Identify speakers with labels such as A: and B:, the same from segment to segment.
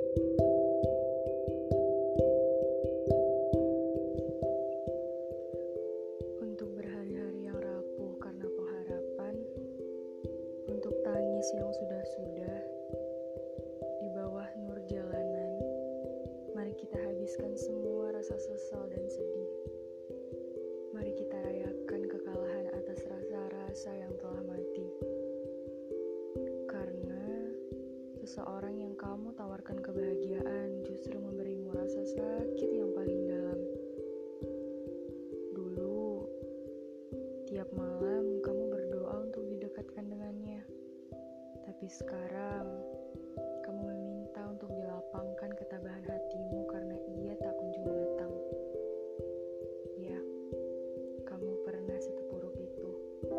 A: Untuk berhari-hari yang rapuh karena pengharapan, untuk tangis yang sudah-sudah, di bawah nur jalanan, mari kita habiskan semua rasa sesal dan sedih. Mari kita rayakan kekalahan atas rasa-rasa yang telah mati. Karena seseorang yang kamu tawarkan kebahagiaan justru memberimu rasa sakit yang paling dalam. Dulu, tiap malam kamu berdoa untuk didekatkan dengannya. Tapi sekarang, kamu meminta untuk dilapangkan ketabahan hatimu karena ia tak kunjung datang. Ya, kamu pernah seterpuruk itu.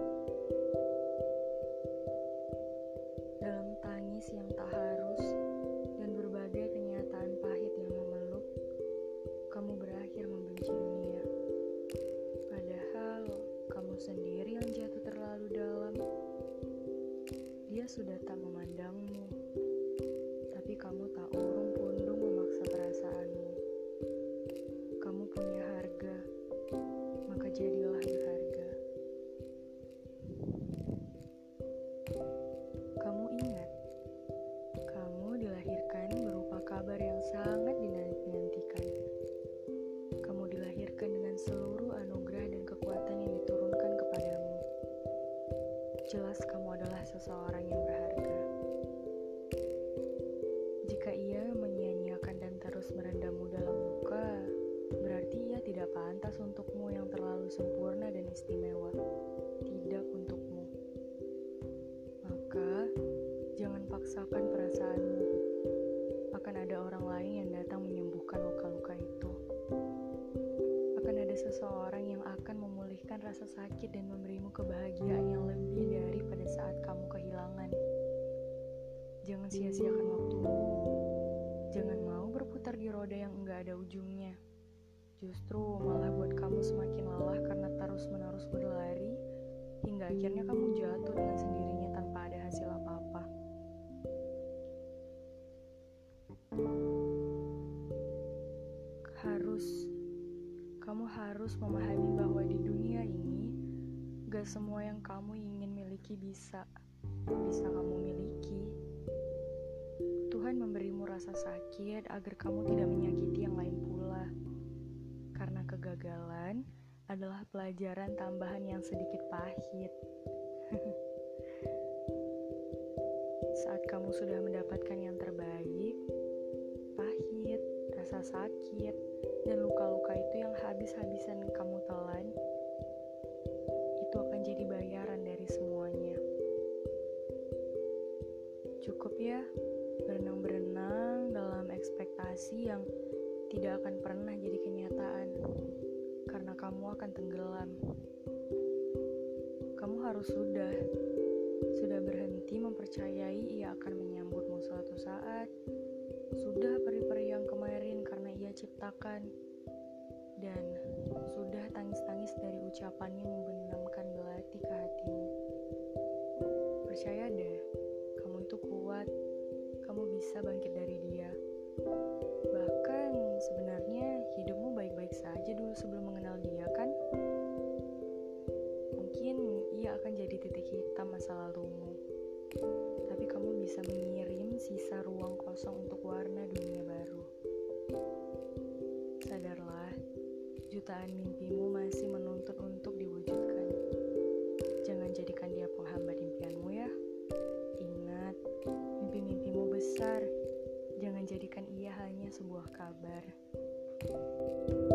A: Dalam tangis yang tak harus dan berbagai kenyataan pahit yang memeluk, kamu berakhir membenci dunia. Padahal kamu sendiri yang jatuh terlalu dalam. Dia sudah tak memandangmu, tapi kamu tak urung pundung memaksa perasaanmu. Kamu punya harga, maka jadilah berharga. Kamu ingat, kamu dilahirkan berupa kabar yang sangat dinantikan. Kamu dilahirkan dengan seluruh anugerah dan kekuatan yang diturunkan kepadamu. Jelas kamu adalah seseorang yang berharga. Jika ia menyia-nyiakan dan terus merendammu dalam luka, berarti ia tidak pantas untukmu yang terlalu sempurna dan istimewa. Tidak untukmu. Maka, jangan paksakan perasaanmu. Akan ada orang lain yang datang menyembuhkan luka-luka itu. Akan ada seseorang yang akan memulihkan rasa sakit dan memberimu kebahagiaan yang lebih dari pada saat kamu kehilangan. Jangan sia-siakan waktumu. Jangan mau berputar di roda yang enggak ada ujungnya. Justru malah buat kamu semakin lelah karena terus-menerus berlari, hingga akhirnya kamu jatuh dengan sendirinya tanpa ada hasil apa-apa. Kamu harus memahami bahwa di dunia ini, gak semua yang kamu ingin miliki bisa kamu miliki. Tuhan memberimu rasa sakit agar kamu tidak menyakiti yang lain pula. Karena kegagalan adalah pelajaran tambahan yang sedikit pahit. Saat kamu sudah mendapatkan yang terbaik, pahit, rasa sakit, dan luka-luka itu yang habis-habisan kamu telan, itu akan jadi bayaran dari semuanya. Cukup ya, berenang-berenang dalam ekspektasi yang tidak akan pernah jadi kenyataan, karena kamu akan tenggelam. Kamu harus sudah berhenti mempercayai ia akan menyambutmu suatu saat. Sudah peri-peri yang kemarin karena ia ciptakan. Dan sudah tangis-tangis dari ucapannya membenamkan belati ke hatimu. Percaya deh, kamu itu kuat. Kamu bisa bangkit dari dia. Bahkan sebenarnya hidupmu baik-baik saja dulu sebelum mengenal dia, kan? Mungkin ia akan jadi titik hitam masa lalumu. Tapi kamu bisa mengirim sisa ruang kosong untuk warna dunia baru. Sadarlah, jutaan mimpimu masih menuntut untuk diwujudkan. Jangan jadikan dia penghambat impianmu ya. Ingat, mimpi-mimpimu besar. Jangan jadikan ia hanya sebuah kabar.